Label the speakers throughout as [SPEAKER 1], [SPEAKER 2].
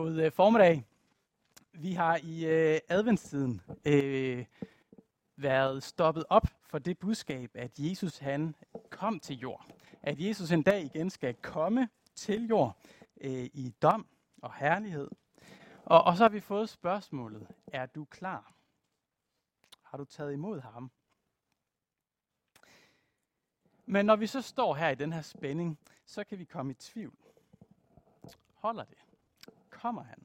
[SPEAKER 1] God formiddag. Vi har i adventstiden været stoppet op for det budskab, at Jesus han kom til jord. At Jesus en dag igen skal komme til jord i dom og herlighed. Og så har vi fået spørgsmålet, er du klar? Har du taget imod ham? Men når vi så står her i den her spænding, så kan vi komme i tvivl. Holder det? Kommer han?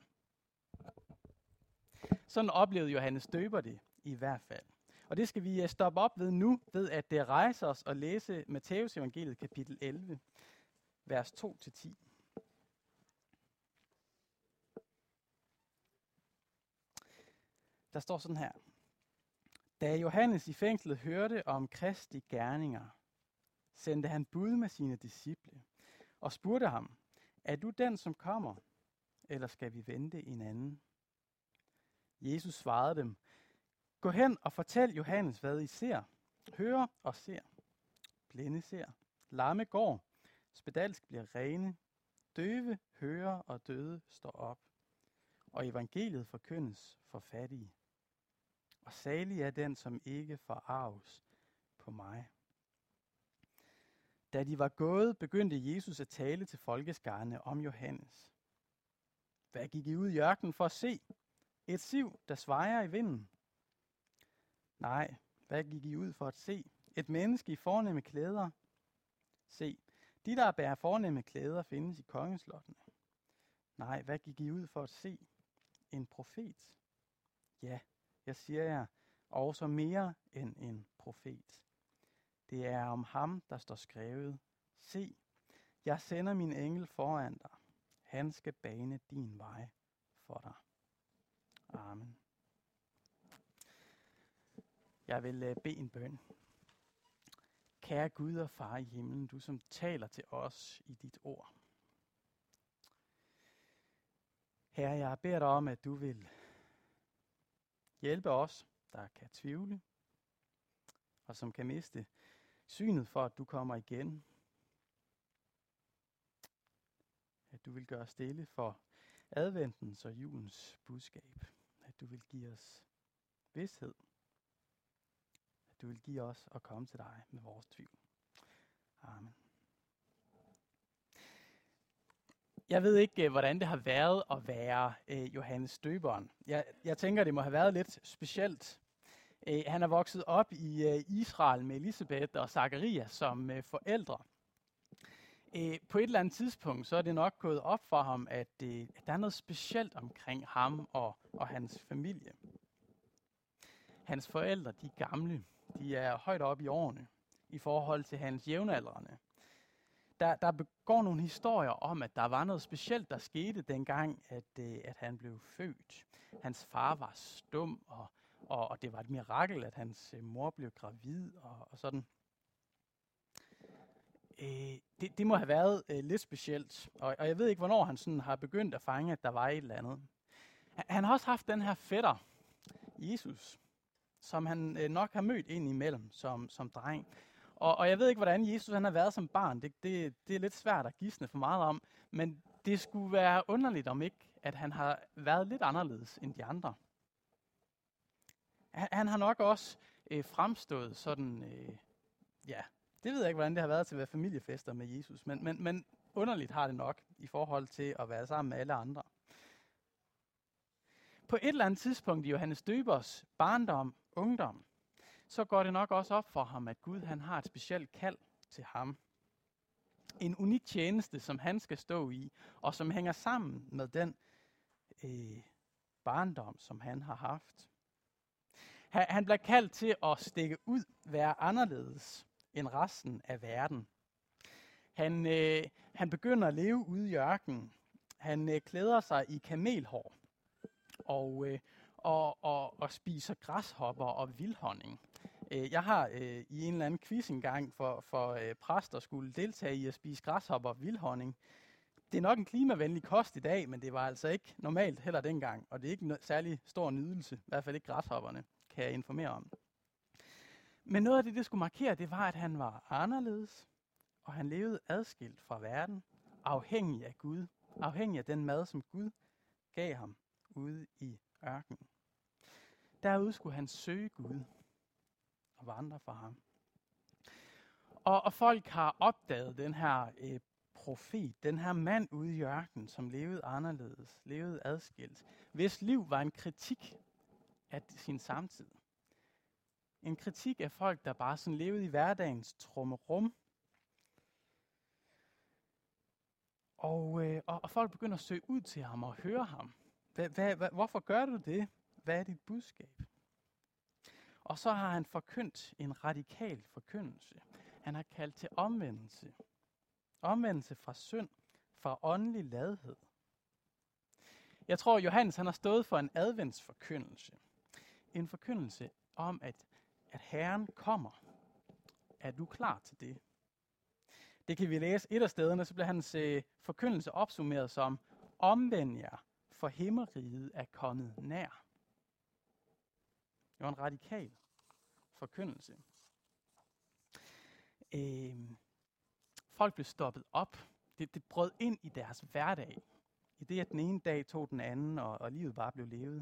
[SPEAKER 1] Sådan oplevede Johannes Døber det i hvert fald. Og det skal vi stoppe op ved nu, ved at det rejser os og læse Matteus evangeliet kapitel 11, vers 2-10. Der står sådan her. Da Johannes i fængslet hørte om Kristi gerninger, sendte han bud med sine disciple og spurgte ham, er du den, som kommer, eller skal vi vente en anden? Jesus svarede dem, gå hen og fortæl Johannes, hvad I ser, hører og ser. Blinde ser, lamme går, spedalsk bliver rene, døve hører og døde står op. Og evangeliet forkyndes for fattige. Og salig er den, som ikke forarves på mig. Da de var gået, begyndte Jesus at tale til folkeskarne om Johannes. Hvad gik I ud i ørkenen for at se? Et siv, der svajer i vinden? Nej, hvad gik I ud for at se? Et menneske i fornemme klæder? Se, de der bærer fornemme klæder findes i kongeslottene. Nej, hvad gik I ud for at se? En profet? Ja, jeg siger jer, også mere end en profet. Det er om ham, der står skrevet. Se, jeg sender min engel foran dig. Han skal bane din vej for dig. Amen. Jeg vil bede en bøn. Kære Gud og Far i himlen, du som taler til os i dit ord. Herre, jeg beder dig om, at du vil hjælpe os, der kan tvivle, og som kan miste synet for, at du kommer igen. At du vil gøre stille for adventens og julens budskab. At du vil give os vished. At du vil give os at komme til dig med vores tvivl. Amen. Jeg ved ikke, hvordan det har været at være Johannes Døberen. Jeg tænker, det må have været lidt specielt. Han er vokset op i Israel med Elisabeth og Zacharias som forældre. På et eller andet tidspunkt, så er det nok gået op for ham, at der er noget specielt omkring ham og hans familie. Hans forældre, de er gamle. De er højt oppe i årene i forhold til hans jævnaldrende. Der begår nogle historier om, at der var noget specielt, der skete dengang, at han blev født. Hans far var stum, og det var et mirakel, at hans mor blev gravid og sådan. Det må have været lidt specielt, og jeg ved ikke, hvornår han sådan har begyndt at fange, at der var et eller andet. Han har også haft den her fætter, Jesus, som han nok har mødt ind imellem som dreng. Og jeg ved ikke, hvordan Jesus han har været som barn. Det er lidt svært at gisne for meget om, men det skulle være underligt om ikke, at han har været lidt anderledes end de andre. Han har nok også fremstået sådan, det ved jeg ikke, hvordan det har været til at være familiefester med Jesus, men underligt har det nok i forhold til at være sammen med alle andre. På et eller andet tidspunkt i Johannes Døbers barndom, ungdom, så går det nok også op for ham, at Gud han har et specielt kald til ham. En unik tjeneste, som han skal stå i, og som hænger sammen med den barndom, som han har haft. Han bliver kaldt til at stikke ud, være anderledes end resten af verden. Han begynder at leve ude i ørkenen. Han klæder sig i kamelhår og spiser græshopper og vildhonning. Jeg har i en eller anden quiz engang for præster skulle deltage i at spise græshopper og vildhonning. Det er nok en klimavenlig kost i dag, men det var altså ikke normalt heller dengang, og det er ikke en særlig stor nydelse, i hvert fald ikke græshopperne, kan jeg informere om. Men noget af det skulle markere, det var, at han var anderledes, og han levede adskilt fra verden, afhængig af Gud, afhængig af den mad, som Gud gav ham ude i ørkenen. Derude skulle han søge Gud og vandre for ham. Og folk har opdaget den her profet, den her mand ude i ørkenen, som levede anderledes, levede adskilt, hvis liv var en kritik af sin samtid. En kritik af folk, der bare sådan levede i hverdagens trummerum. Og folk begynder at søge ud til ham og høre ham. Hvorfor gør du det? Hvad er dit budskab? Og så har han forkyndt en radikal forkyndelse. Han har kaldt til omvendelse. Omvendelse fra synd, fra åndelig ladhed. Jeg tror, Johannes han har stået for en adventsforkyndelse. En forkyndelse om, at Herren kommer. Er du klar til det? Det kan vi læse et af stederne, så bliver hans forkyndelse opsummeret som: omvend jer, for himmeriget er kommet nær. Det var en radikal forkyndelse. Folk blev stoppet op. Det brød ind i deres hverdag. I det, at den ene dag tog den anden, og livet bare blev levet.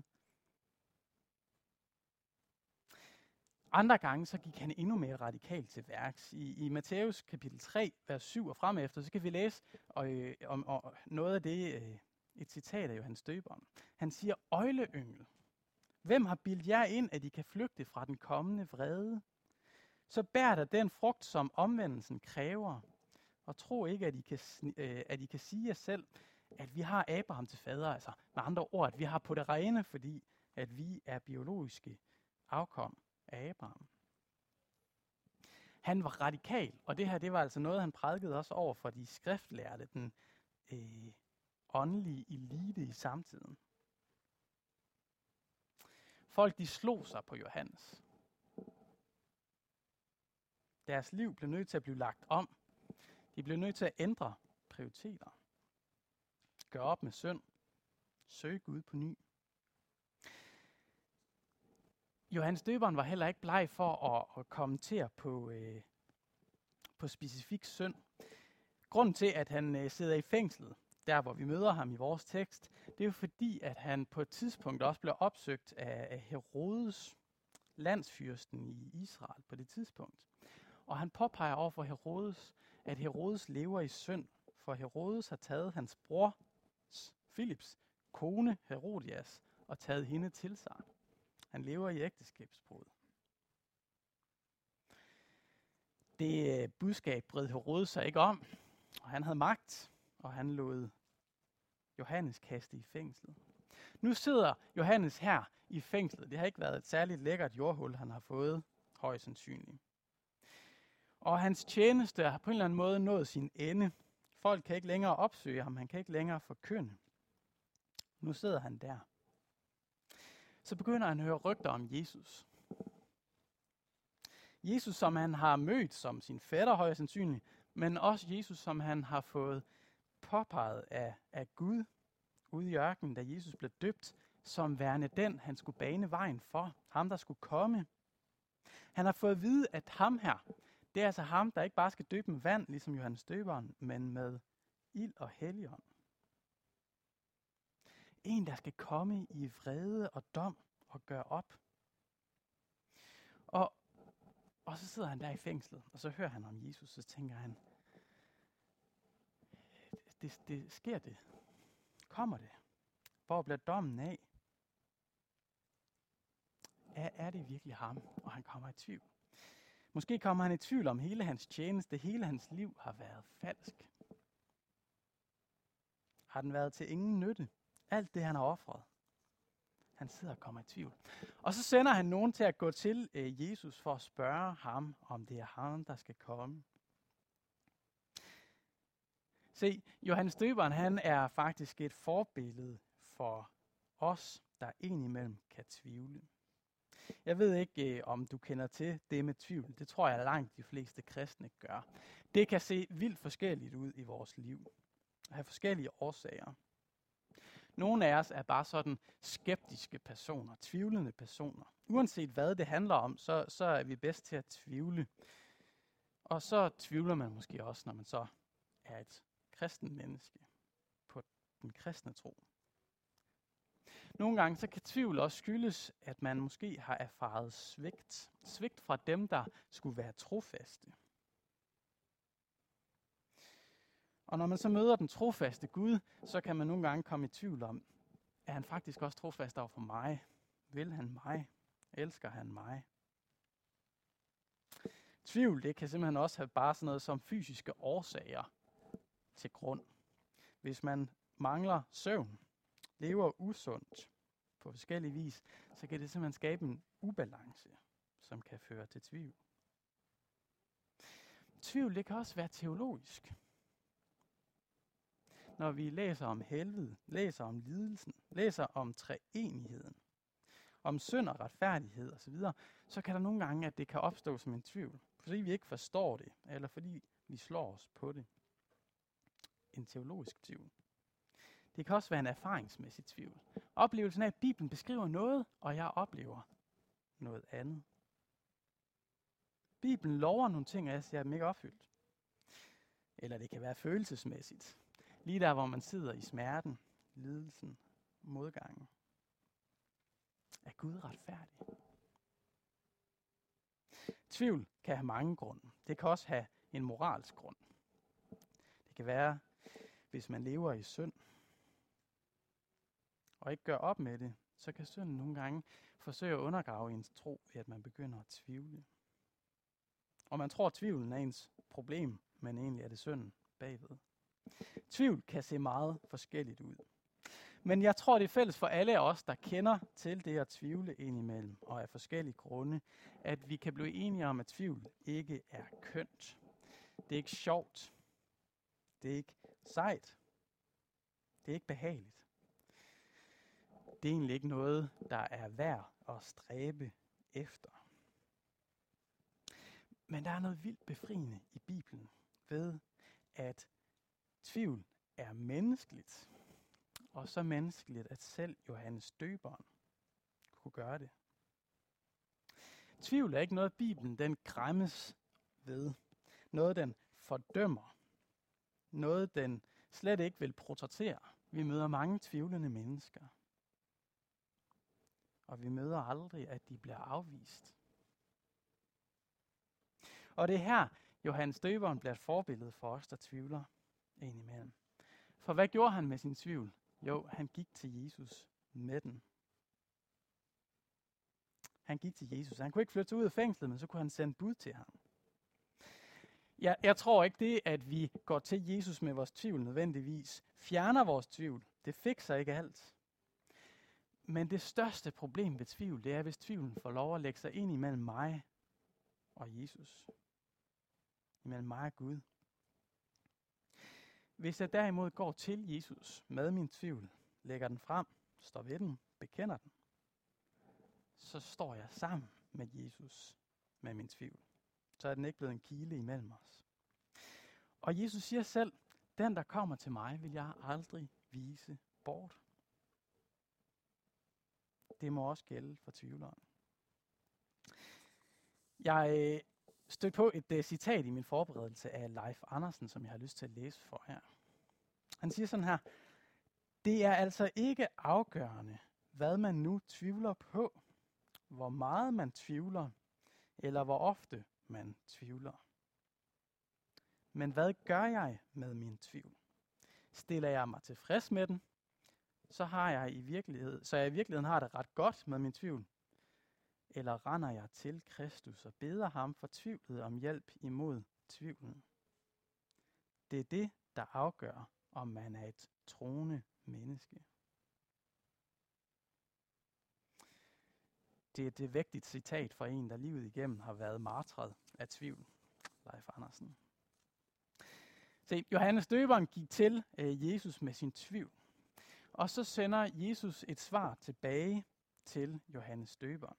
[SPEAKER 1] Andre gange så gik han endnu mere radikalt til værks. I Matthæus kapitel 3, vers 7 og fremefter, så kan vi læse om noget af det, et citat af Johannes Døberen. Han siger: øgleyngel, hvem har bildt jer ind, at I kan flygte fra den kommende vrede? Så bær der den frugt, som omvendelsen kræver, og tro ikke, at I kan sige jer selv, at vi har Abraham til fader. Altså med andre ord, at vi har på det rene, fordi at vi er biologiske afkom af Abraham. Han var radikal, og det her, det var altså noget, han prædikede også over for de skriftlærte, den åndelige elite i samtiden. Folk, de slog sig på Johannes. Deres liv blev nødt til at blive lagt om. De blev nødt til at ændre prioriteter. Gøre op med synd. Søge Gud på ny. Johannes Døberen var heller ikke bleg for at kommentere på specifik synd. Grunden til, at han sidder i fængslet, der hvor vi møder ham i vores tekst, det er jo fordi, at han på et tidspunkt også blev opsøgt af Herodes, landsfyrsten i Israel på det tidspunkt. Og han påpeger over for Herodes, at Herodes lever i synd, for Herodes har taget hans bror, Filips kone Herodias, og taget hende til sig. Han lever i ægteskabsbrud. Det budskab brød Herodes sig ikke om, og han havde magt, og han lod Johannes kaste i fængslet. Nu sidder Johannes her i fængslet. Det har ikke været et særligt lækkert jordhul, han har fået, højst sandsynligt. Og hans tjeneste har på en eller anden måde nået sin ende. Folk kan ikke længere opsøge ham, han kan ikke længere forkynde. Nu sidder han der. Så begynder han at høre rygter om Jesus. Jesus, som han har mødt som sin fætter højst sandsynligt, men også Jesus, som han har fået påpeget af Gud ude i ørkenen, da Jesus blev døbt, som værende den, han skulle bane vejen for. Ham, der skulle komme. Han har fået at vide, at ham her, det er altså ham, der ikke bare skal døbe med vand, ligesom Johannes Døberen, men med ild og helligånd. En, der skal komme i vrede og dom og gøre op. Og så sidder han der i fængslet, og så hører han om Jesus, så tænker han, det sker det. Kommer det? Hvor bliver dommen af? Er det virkelig ham? Og han kommer i tvivl. Måske kommer han i tvivl om hele hans tjeneste, hele hans liv har været falsk. Har den været til ingen nytte? Alt det, han har ofret. Han sidder og kommer i tvivl. Og så sender han nogen til at gå til Jesus for at spørge ham, om det er ham, der skal komme. Se, Johannes Døberen, han er faktisk et forbillede for os, der indimellem kan tvivle. Jeg ved ikke, om du kender til det med tvivl. Det tror jeg, langt de fleste kristne gør. Det kan se vildt forskelligt ud i vores liv. Og have forskellige årsager. Nogle af os er bare sådan skeptiske personer, tvivlende personer. Uanset hvad det handler om, så er vi bedst til at tvivle. Og så tvivler man måske også, når man så er et kristen menneske på den kristne tro. Nogle gange så kan tvivl også skyldes, at man måske har erfaret svigt. Svigt fra dem, der skulle være trofaste. Og når man så møder den trofaste Gud, så kan man nogle gange komme i tvivl om, er han faktisk også trofast over for mig? Vil han mig? Elsker han mig? Tvivl, det kan simpelthen også have bare sådan noget som fysiske årsager til grund. Hvis man mangler søvn, lever usundt på forskellige vis, så kan det simpelthen skabe en ubalance, som kan føre til tvivl. Tvivl, det kan også være teologisk. Når vi læser om helvede, læser om lidelsen, læser om treenigheden, om synd og retfærdighed osv., så kan der nogle gange, at det kan opstå som en tvivl, fordi vi ikke forstår det, eller fordi vi slår os på det. En teologisk tvivl. Det kan også være en erfaringsmæssig tvivl. Oplevelsen af, at Bibelen beskriver noget, og jeg oplever noget andet. Bibelen lover nogle ting, og jeg ser dem ikke opfyldt. Eller det kan være følelsesmæssigt. Lige der, hvor man sidder i smerten, lidelsen, modgangen. Er Gud retfærdig? Tvivl kan have mange grunde. Det kan også have en moralsk grund. Det kan være, hvis man lever i synd, og ikke gør op med det, så kan synden nogle gange forsøge at undergrave ens tro, ved at man begynder at tvivle. Og man tror, at tvivlen er ens problem, men egentlig er det synden bagved. Tvivl kan se meget forskelligt ud. Men jeg tror, det er fælles for alle af os, der kender til det at tvivle indimellem, og af forskellige grunde, at vi kan blive enige om, at tvivl ikke er kønt. Det er ikke sjovt. Det er ikke sejt. Det er ikke behageligt. Det er egentlig ikke noget, der er værd at stræbe efter. Men der er noget vildt befriende i Bibelen ved, at tvivl er menneskeligt. Og så menneskeligt, at selv Johannes Døberen kunne gøre det. Tvivl er ikke noget, Bibelen den græmmes ved. Noget, den fordømmer. Noget, den slet ikke vil portrættere. Vi møder mange tvivlende mennesker. Og vi møder aldrig, at de bliver afvist. Og det er her, Johannes Døberen bliver et forbillede for os, der tvivler indimellem. For hvad gjorde han med sin tvivl? Jo, han gik til Jesus med den. Han gik til Jesus. Han kunne ikke flytte ud af fængslet, men så kunne han sende bud til ham. Jeg tror ikke det, at vi går til Jesus med vores tvivl nødvendigvis fjerner vores tvivl. Det fikser ikke alt. Men det største problem ved tvivl, det er, hvis tvivlen får lov at lægge sig ind imellem mig og Jesus. Imellem mig og Gud. Hvis jeg derimod går til Jesus med min tvivl, lægger den frem, står ved den, bekender den, så står jeg sammen med Jesus med min tvivl. Så er den ikke blevet en kile imellem os. Og Jesus siger selv, den der kommer til mig, vil jeg aldrig vise bort. Det må også gælde for tvivleren. Jeg stødte på et citat i min forberedelse af Leif Andersen, som jeg har lyst til at læse for her. Han siger sådan her: det er altså ikke afgørende, hvad man nu tvivler på, hvor meget man tvivler, eller hvor ofte man tvivler. Men hvad gør jeg med min tvivl? Stiller jeg mig tilfreds med den, så jeg i virkeligheden har det ret godt med min tvivl. Eller render jeg til Kristus og beder ham fortvivlet om hjælp imod tvivlen? Det er det, der afgør, om man er et troende menneske. Det er et vigtigt citat fra en, der livet igennem har været martret af tvivl. Leif Andersen. Se, Johannes Døberen gik til Jesus med sin tvivl. Og så sender Jesus et svar tilbage til Johannes Døberen.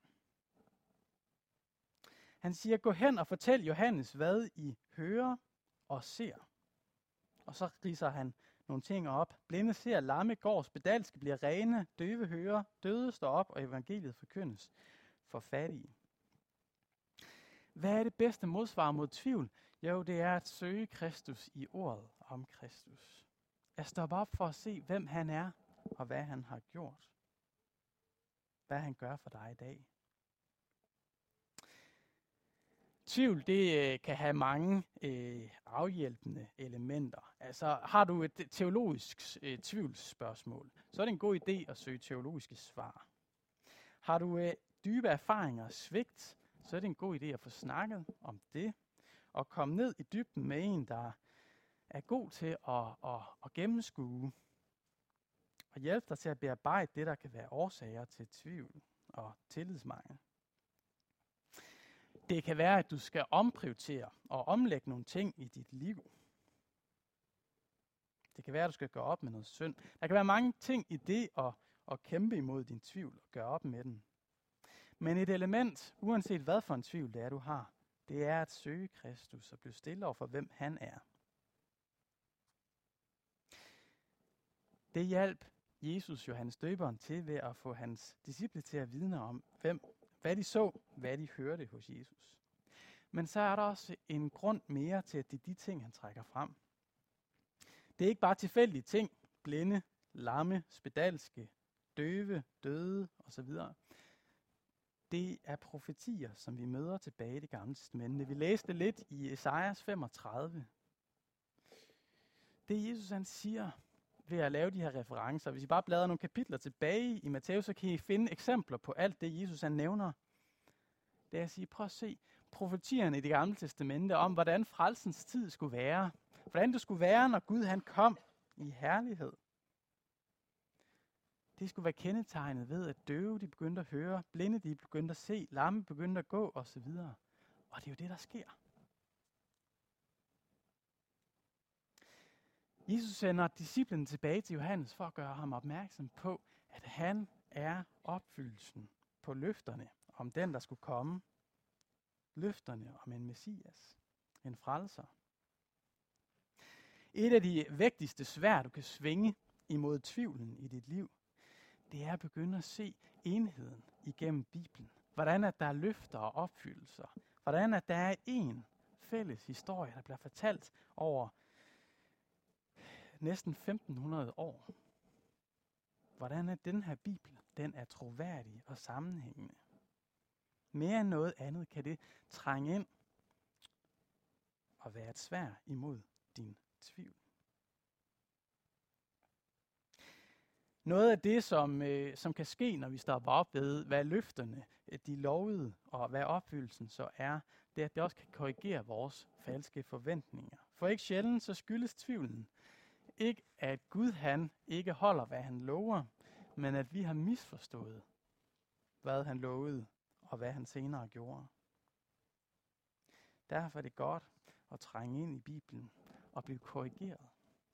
[SPEAKER 1] Han siger, gå hen og fortæl Johannes, hvad I hører og ser. Og så ridser han nogle ting op. Blinde ser, lamme går, spedalske bliver rene, døve hører, døde står op, og evangeliet forkyndes for fattige. Hvad er det bedste modsvar mod tvivl? Jo, det er at søge Kristus i ordet om Kristus. At stoppe op for at se, hvem han er og hvad han har gjort. hvad han gør for dig i dag. Tvivl, det kan have mange afhjælpende elementer. Altså har du et teologisk tvivlsspørgsmål, så er det en god idé at søge teologiske svar. Har du dybe erfaringer og svigt, så er det en god idé at få snakket om det, og komme ned i dybden med en, der er god til at gennemskue, og hjælpe dig til at bearbejde det, der kan være årsager til tvivl og tillidsmangel. Det kan være, at du skal omprioritere og omlægge nogle ting i dit liv. Det kan være, at du skal gøre op med noget synd. Der kan være mange ting i det at kæmpe imod din tvivl og gøre op med den. Men et element, uanset hvad for en tvivl det er, du har, det er at søge Kristus og blive stille over for, hvem han er. Det hjalp Jesus Johannes Døberen til ved at få hans disciple til at vidne om, hvad de så, hvad de hørte hos Jesus. Men så er der også en grund mere til, at det er de ting, han trækker frem. Det er ikke bare tilfældige ting, blinde, lamme, spedalske, døve, døde osv. Det er profetier, som vi møder tilbage i Det Gamle Testamente. Vi læste lidt i Esajas 35. Det Jesus han siger ved at lave de her referencer. Hvis I bare bladrer nogle kapitler tilbage i Matthæus, så kan I finde eksempler på alt det, Jesus han nævner. Det er at sige, prøv at se profetierne i Det Gamle Testamente om, hvordan frelsens tid skulle være. Hvordan det skulle være, når Gud han kom i herlighed. Det skulle være kendetegnet ved, at døve de begyndte at høre, blinde de begyndte at se, lamme begyndte at gå osv. Og det er jo det, der sker. Jesus sender disciplen tilbage til Johannes for at gøre ham opmærksom på, at han er opfyldelsen på løfterne om den, der skulle komme. Løfterne om en Messias, en frelser. Et af de vigtigste sværd, du kan svinge imod tvivlen i dit liv, det er at begynde at se enheden igennem Bibelen. Hvordan at der er løfter og opfyldelser. Hvordan at der er en fælles historie, der bliver fortalt over næsten 1500 år. Hvordan er den her Bibel, den er troværdig og sammenhængende. Mere end noget andet kan det trænge ind og være et sværd imod din tvivl. Noget af det, som kan ske, når vi stopper op ved, hvad løfterne de lovede, og hvad opfyldelsen så er, det er, at det også kan korrigere vores falske forventninger. For ikke sjældent så skyldes tvivlen ikke, at Gud han ikke holder, hvad han lover, men at vi har misforstået, hvad han lovede, og hvad han senere gjorde. Derfor er det godt at trænge ind i Bibelen og blive korrigeret.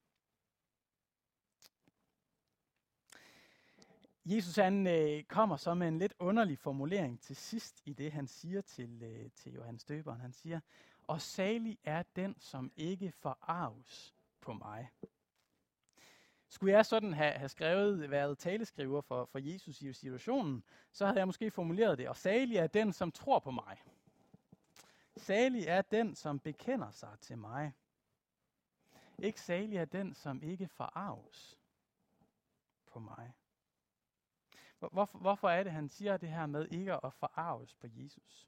[SPEAKER 1] Jesus han kommer så med en lidt underlig formulering til sidst i det, han siger til Johannes Døberen. Han siger, og salig er den, som ikke forarves på mig. Skulle jeg sådan have været taleskriver for Jesus i situationen, så havde jeg måske formuleret det, og salig er den, som tror på mig. Salig er den, som bekender sig til mig. Ikke salig er den, som ikke forarves på mig. Hvorfor er det, han siger det her med ikke at forarves på Jesus?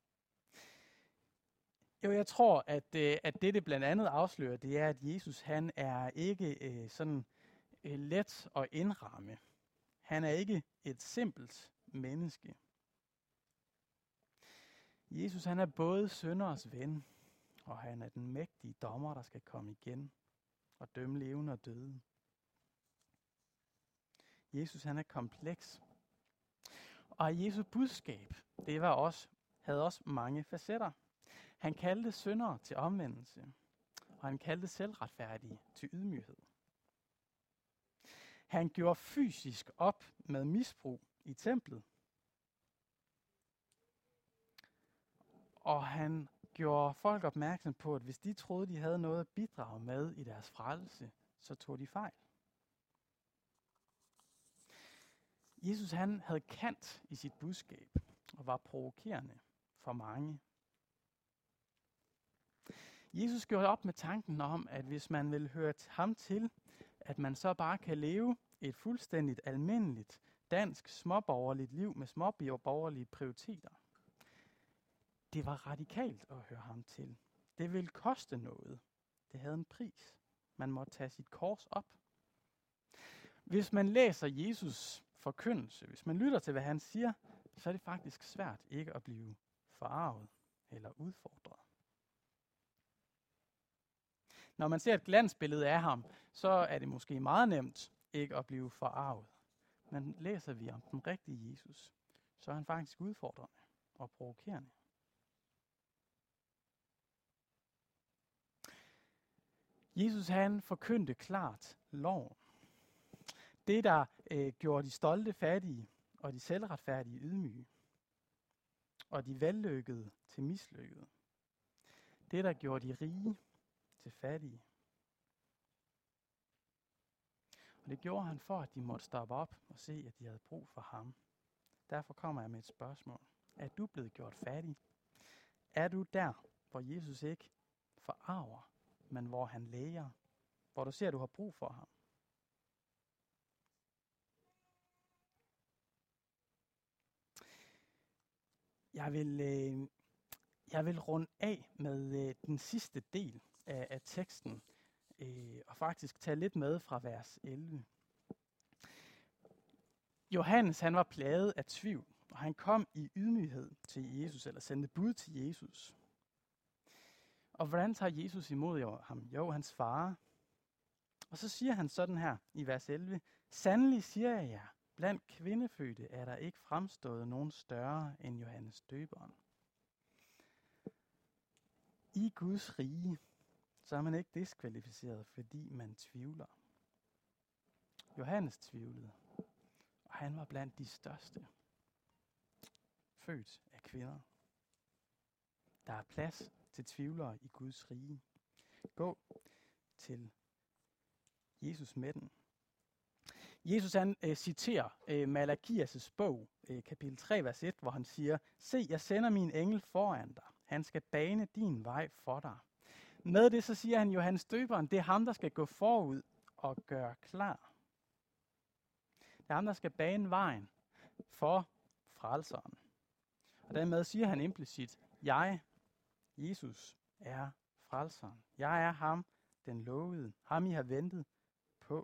[SPEAKER 1] Jo, jeg tror, at det blandt andet afslører, det er, at Jesus han er ikke sådan let at indramme. Han er ikke et simpelt menneske. Jesus han er både synders ven, og han er den mægtige dommer, der skal komme igen og dømme levende og døde. Jesus han er kompleks. Og Jesu budskab, havde også mange facetter. Han kaldte syndere til omvendelse, og han kaldte selvretfærdige til ydmyghed. Han gjorde fysisk op med misbrug i templet. Og han gjorde folk opmærksom på, at hvis de troede, de havde noget at bidrage med i deres frelse, så tog de fejl. Jesus han havde kant i sit budskab og var provokerende for mange. Jesus gjorde op med tanken om, at hvis man vil høre ham til, at man så bare kan leve et fuldstændigt almindeligt dansk småborgerligt liv med småborgerlige prioriteter. Det var radikalt at høre ham til. Det ville koste noget. Det havde en pris. Man måtte tage sit kors op. Hvis man læser Jesus forkyndelse, hvis man lytter til, hvad han siger, så er det faktisk svært ikke at blive forarvet eller udfordret. Når man ser et glansbillede af ham, så er det måske meget nemt ikke at blive forarvet. Men læser vi om den rigtige Jesus, så er han faktisk udfordrende og provokerende. Jesus han forkyndte klart loven. Det, der gjorde de stolte fattige og de selvretfærdige ydmyge, og de vellykkede til mislykkede. Det, der gjorde de rige til fattige. Og det gjorde han for, at de måtte stoppe op og se, at de havde brug for ham. Derfor kommer jeg med et spørgsmål. Er du blevet gjort fattig? Er du der, hvor Jesus ikke forarver, men hvor han læger? Hvor du ser, at du har brug for ham? Jeg vil runde af med den sidste del af teksten, og faktisk tage lidt med fra vers 11. Johannes han var plaget af tvivl, og han kom i ydmyghed til Jesus, eller sendte bud til Jesus. Og hvordan tager Jesus imod ham? Jo, han svarer. Og så siger han sådan her i vers 11. Sandelig siger jeg jer, blandt kvindefødte er der ikke fremstået nogen større end Johannes Døberen. I Guds rige, så er man ikke diskvalificeret, fordi man tvivler. Johannes tvivlede, og han var blandt de største, født af kvinder. Der er plads til tvivlere i Guds rige. Gå til Jesus med den. Jesus han citerer Malakias' bog, kapitel 3, vers 1, hvor han siger, se, jeg sender min engel foran dig. Han skal bane din vej for dig. Med det så siger han, Johannes Døberen, det er ham, der skal gå forud og gøre klar. Det er ham, der skal bane vejen for frelseren. Og dermed siger han implicit, jeg, Jesus, er frelseren. Jeg er ham, den lovede. Ham, I har ventet på.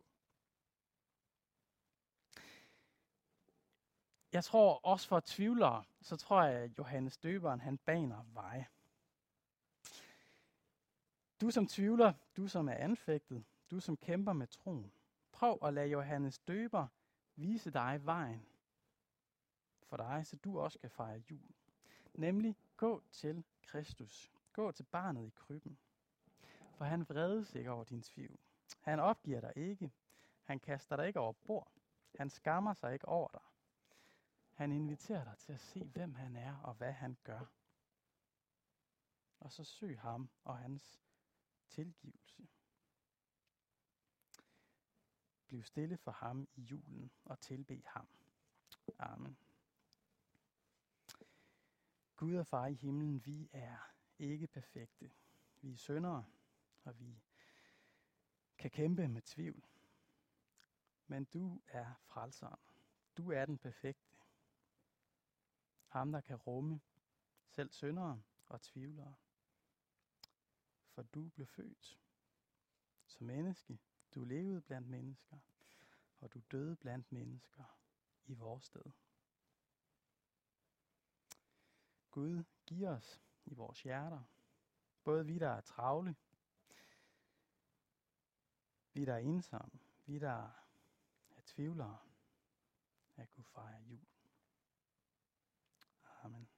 [SPEAKER 1] Jeg tror også for tvivlere, så tror jeg, at Johannes Døberen, han baner vej. Du som tvivler, du som er anfægtet, du som kæmper med troen. Prøv at lade Johannes Døber vise dig vejen for dig, så du også kan fejre jul. Nemlig gå til Kristus. Gå til barnet i krybben. For han vredes ikke over din tvivl. Han opgiver dig ikke. Han kaster dig ikke over bord. Han skammer sig ikke over dig. Han inviterer dig til at se, hvem han er og hvad han gør. Og så søg ham og hans tilgivelse. Bliv stille for ham i julen og tilbed ham. Amen. Gud og far i himlen, vi er ikke perfekte. Vi er syndere, og vi kan kæmpe med tvivl. Men du er frelseren. Du er den perfekte. Ham, der kan rumme selv syndere og tvivlere. For du blev født som menneske. Du levede blandt mennesker, og du døde blandt mennesker i vores sted. Gud, giv os i vores hjerter, både vi, der er travle, vi, der er ensomme, vi, der er tvivlere, at kunne fejre jul. Amen.